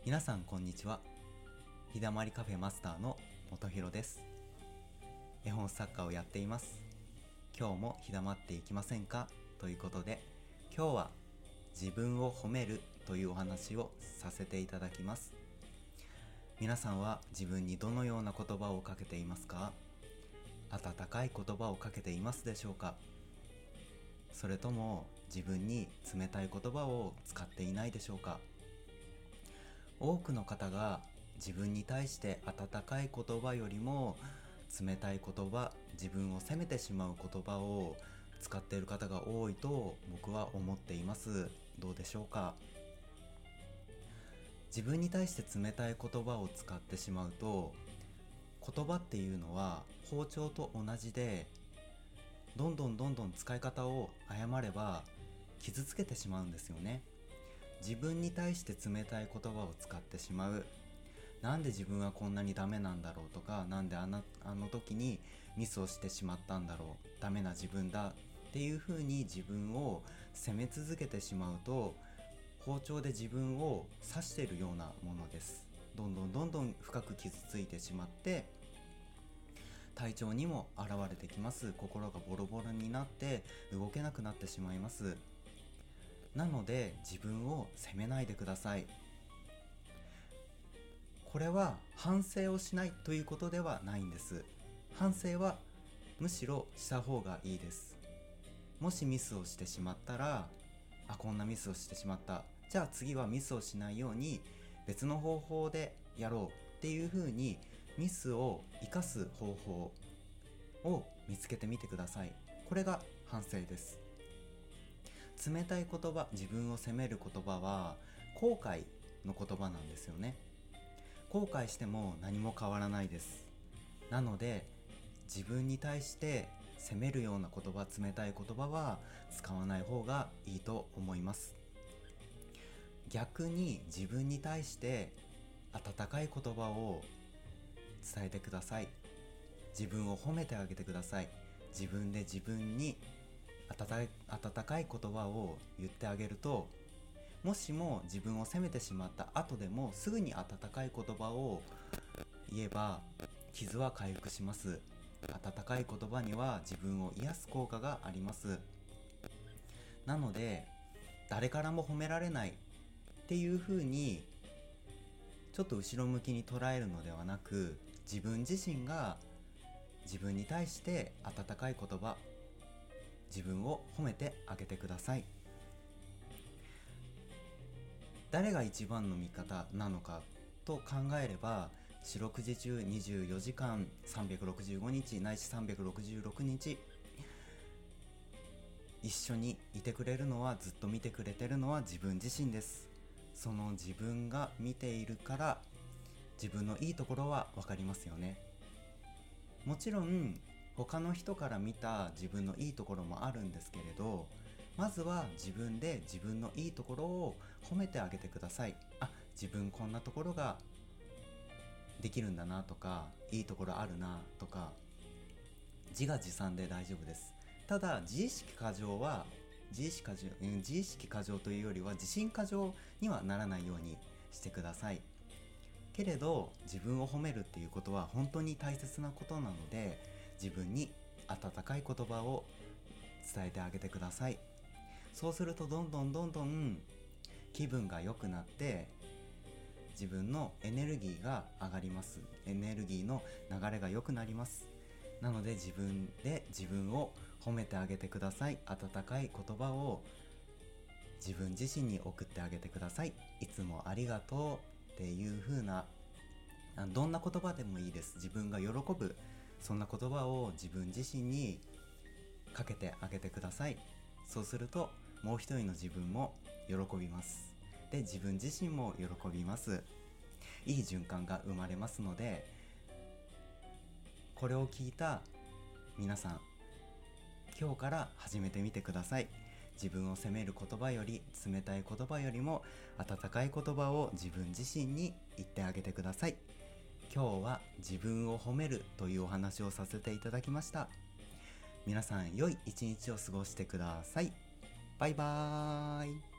皆さんこんにちは。日だまりカフェマスターの元弘です。絵本作家をやっています。今日も日だまっていきませんかということで、今日は自分を褒めるというお話をさせていただきます。皆さんは自分にどのような言葉をかけていますか？温かい言葉をかけていますでしょうか？それとも自分に冷たい言葉を使っていないでしょうか？多くの方が自分に対して温かい言葉よりも冷たい言葉、自分を責めてしまう言葉を使っている方が多いと僕は思っています。どうでしょうか？自分に対して冷たい言葉を使ってしまうと、言葉っていうのは包丁と同じで、どんどん使い方を誤れば傷つけてしまうんですよね。自分に対して冷たい言葉を使ってしまう。なんで自分はこんなにダメなんだろうとか、なんであの時にミスをしてしまったんだろう、ダメな自分だっていう風に自分を責め続けてしまうと、包丁で自分を刺しているようなものです。どんどん深く傷ついてしまって、体調にも現れてきます。心がボロボロになって動けなくなってしまいます。なので自分を責めないでください。これは反省をしないということではないんです。反省はむしろした方がいいです。もしミスをしてしまったら、こんなミスをしてしまった。じゃあ次はミスをしないように別の方法でやろうっていう風に、ミスを生かす方法を見つけてみてください。これが反省です。冷たい言葉、自分を責める言葉は後悔の言葉なんですよね。後悔しても何も変わらないです。なので自分に対して責めるような言葉、冷たい言葉は使わない方がいいと思います。逆に自分に対して温かい言葉を伝えてください。自分を褒めてあげてください。自分で自分に温かい言葉を言ってあげると、もしも自分を責めてしまった後でもすぐに温かい言葉を言えば傷は回復します。温かい言葉には自分を癒す効果があります。なので誰からも褒められないっていう風にちょっと後ろ向きに捉えるのではなく、自分自身が自分に対して温かい言葉、自分を褒めてあげてください。誰が一番の味方なのかと考えれば、四六時中24時間365日ないし366日一緒にいてくれるのは、ずっと見てくれてるのは自分自身です。その自分が見ているから自分のいいところは分かりますよね。もちろん他の人から見た自分のいいところもあるんですけれど、まずは自分で自分のいいところを褒めてあげてください。自分こんなところができるんだなとか、いいところあるなとか、自画自賛で大丈夫です。ただ自意識過剰というよりは自信過剰にはならないようにしてください。けれど自分を褒めるっていうことは本当に大切なことなので、自分に温かい言葉を伝えてあげてください。そうするとどんどん気分が良くなって、自分のエネルギーが上がります。エネルギーの流れが良くなります。なので自分で自分を褒めてあげてください。温かい言葉を自分自身に送ってあげてください。いつもありがとうっていう風な、どんな言葉でもいいです。自分が喜ぶ、そんな言葉を自分自身にかけてあげてください。そうするともう一人の自分も喜びます。で、自分自身も喜びます。いい循環が生まれますので、これを聞いた皆さん、今日から始めてみてください。自分を責める言葉より、冷たい言葉よりも温かい言葉を自分自身に言ってあげてください。今日は自分を褒めるというお話をさせていただきました。皆さん良い一日を過ごしてください。バイバーイ。